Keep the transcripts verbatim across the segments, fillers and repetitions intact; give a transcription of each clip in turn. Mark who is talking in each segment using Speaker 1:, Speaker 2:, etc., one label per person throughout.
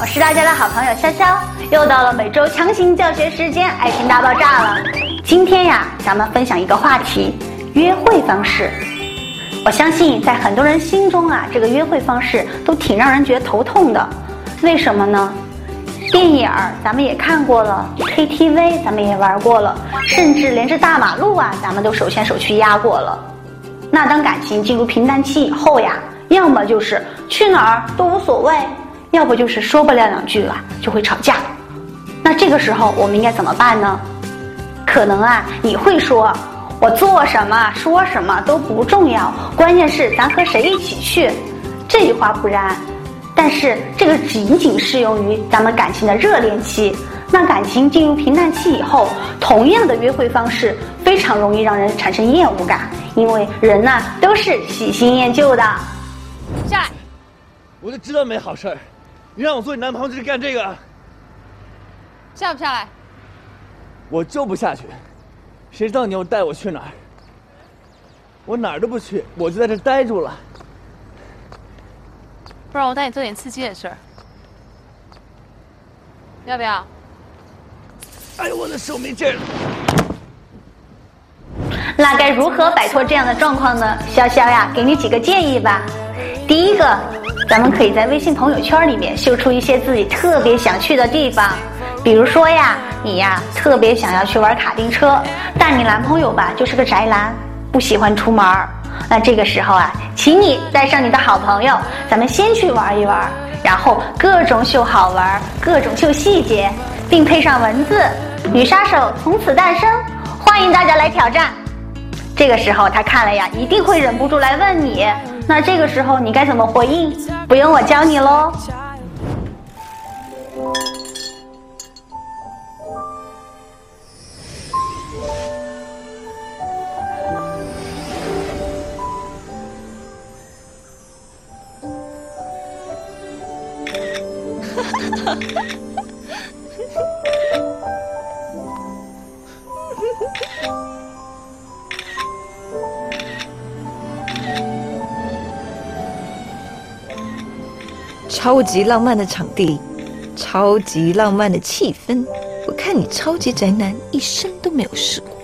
Speaker 1: 是大家的好朋友潇潇，又到了每周强行教学时间，爱情大爆炸了。今天呀，咱们分享一个话题：约会方式。我相信在很多人心中啊，这个约会方式都挺让人觉得头痛的。为什么呢？电影咱们也看过了 ，K T V 咱们也玩过了，甚至连着大马路啊，咱们都手牵手去压过了。那当感情进入平淡期以后呀，要么就是去哪儿都无所谓，要不就是说不了两句啊就会吵架。那这个时候我们应该怎么办呢？可能啊你会说，我做什么说什么都不重要，关键是咱和谁一起去。这句话不然，但是这个仅仅适用于咱们感情的热恋期。那感情进入平淡期以后，同样的约会方式非常容易让人产生厌恶感，因为人呢、啊、都是喜新厌旧的。
Speaker 2: 下来，
Speaker 3: 我就知道没好事儿，你让我做你男朋友就是干这个。
Speaker 2: 下不下来？
Speaker 3: 我就不下去，谁知道你要带我去哪儿？我哪儿都不去，我就在这待住了。
Speaker 2: 不然我带你做点刺激的事儿，要不要？
Speaker 3: 哎呦，我的手没劲儿了。
Speaker 1: 那该如何摆脱这样的状况呢？潇潇呀，给你几个建议吧。第一个，咱们可以在微信朋友圈里面秀出一些自己特别想去的地方，比如说呀，你呀特别想要去玩卡丁车，但你男朋友吧就是个宅男，不喜欢出门。那这个时候啊，请你带上你的好朋友，咱们先去玩一玩，然后各种秀好玩，各种秀细节，并配上文字，女杀手从此诞生，欢迎大家来挑战。这个时候他看了呀，一定会忍不住来问你，那这个时候你该怎么回应？不用我教你咯。
Speaker 4: 超级浪漫的场地，超级浪漫的气氛，我看你超级宅男一生都没有试过。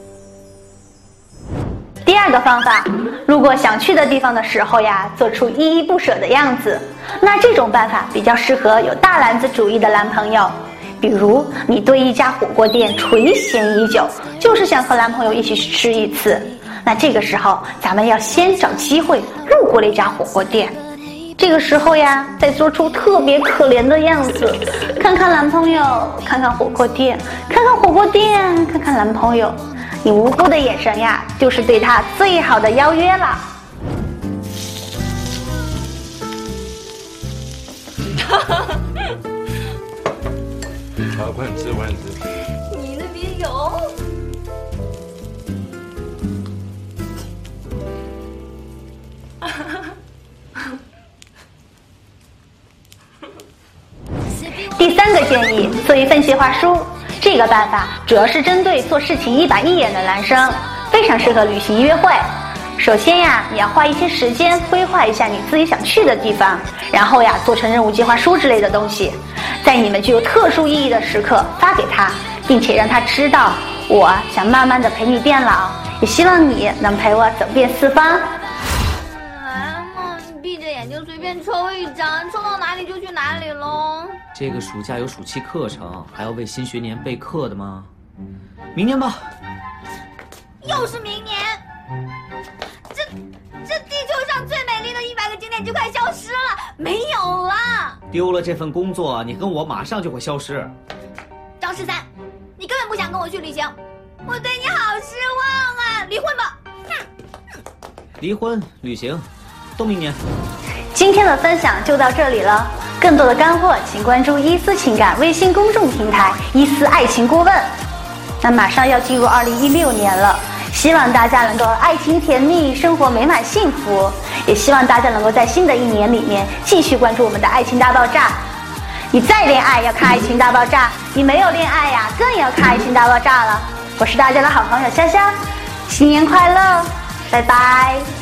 Speaker 1: 第二个方法，路过想去的地方的时候呀，做出依依不舍的样子。那这种办法比较适合有大男子主义的男朋友。比如你对一家火锅店垂涎已久，就是想和男朋友一起去吃一次。那这个时候咱们要先找机会路过了一家火锅店，这个时候呀再做出特别可怜的样子，看看男朋友，看看火锅店，看看火锅店，看看男朋友，你无辜的眼神呀就是对他最好的邀约了。
Speaker 5: 好，快点吃，快点吃。
Speaker 2: 你那边有？
Speaker 1: 第三个建议，做一份计划书。这个办法主要是针对做事情一板一眼的男生，非常适合旅行约会。首先呀，你要花一些时间规划一下你自己想去的地方，然后呀，做成任务计划书之类的东西，在你们具有特殊意义的时刻发给他，并且让他知道，我想慢慢的陪你变老，也希望你能陪我走遍四方。
Speaker 6: 来嘛，你闭着眼睛随便抽一张，抽到哪里就去哪里喽。
Speaker 7: 这个暑假有暑期课程，还要为新学年备课的吗？明年吧。
Speaker 6: 又是明年。这这地球上最美丽的一百个景点就快消失了，没有了。
Speaker 7: 丢了这份工作，你跟我马上就会消失。
Speaker 6: 张十三，你根本不想跟我去旅行，我对你好失望啊！离婚吧。
Speaker 7: 离婚、旅行，都明年。
Speaker 1: 今天的分享就到这里了，更多的干货请关注伊思情感微信公众平台伊思爱情顾问。那马上要进入二零一六年了，希望大家能够爱情甜蜜，生活美满幸福，也希望大家能够在新的一年里面继续关注我们的爱情大爆炸。你再恋爱要看爱情大爆炸，你没有恋爱呀更要看爱情大爆炸了。我是大家的好朋友潇潇，新年快乐，拜拜。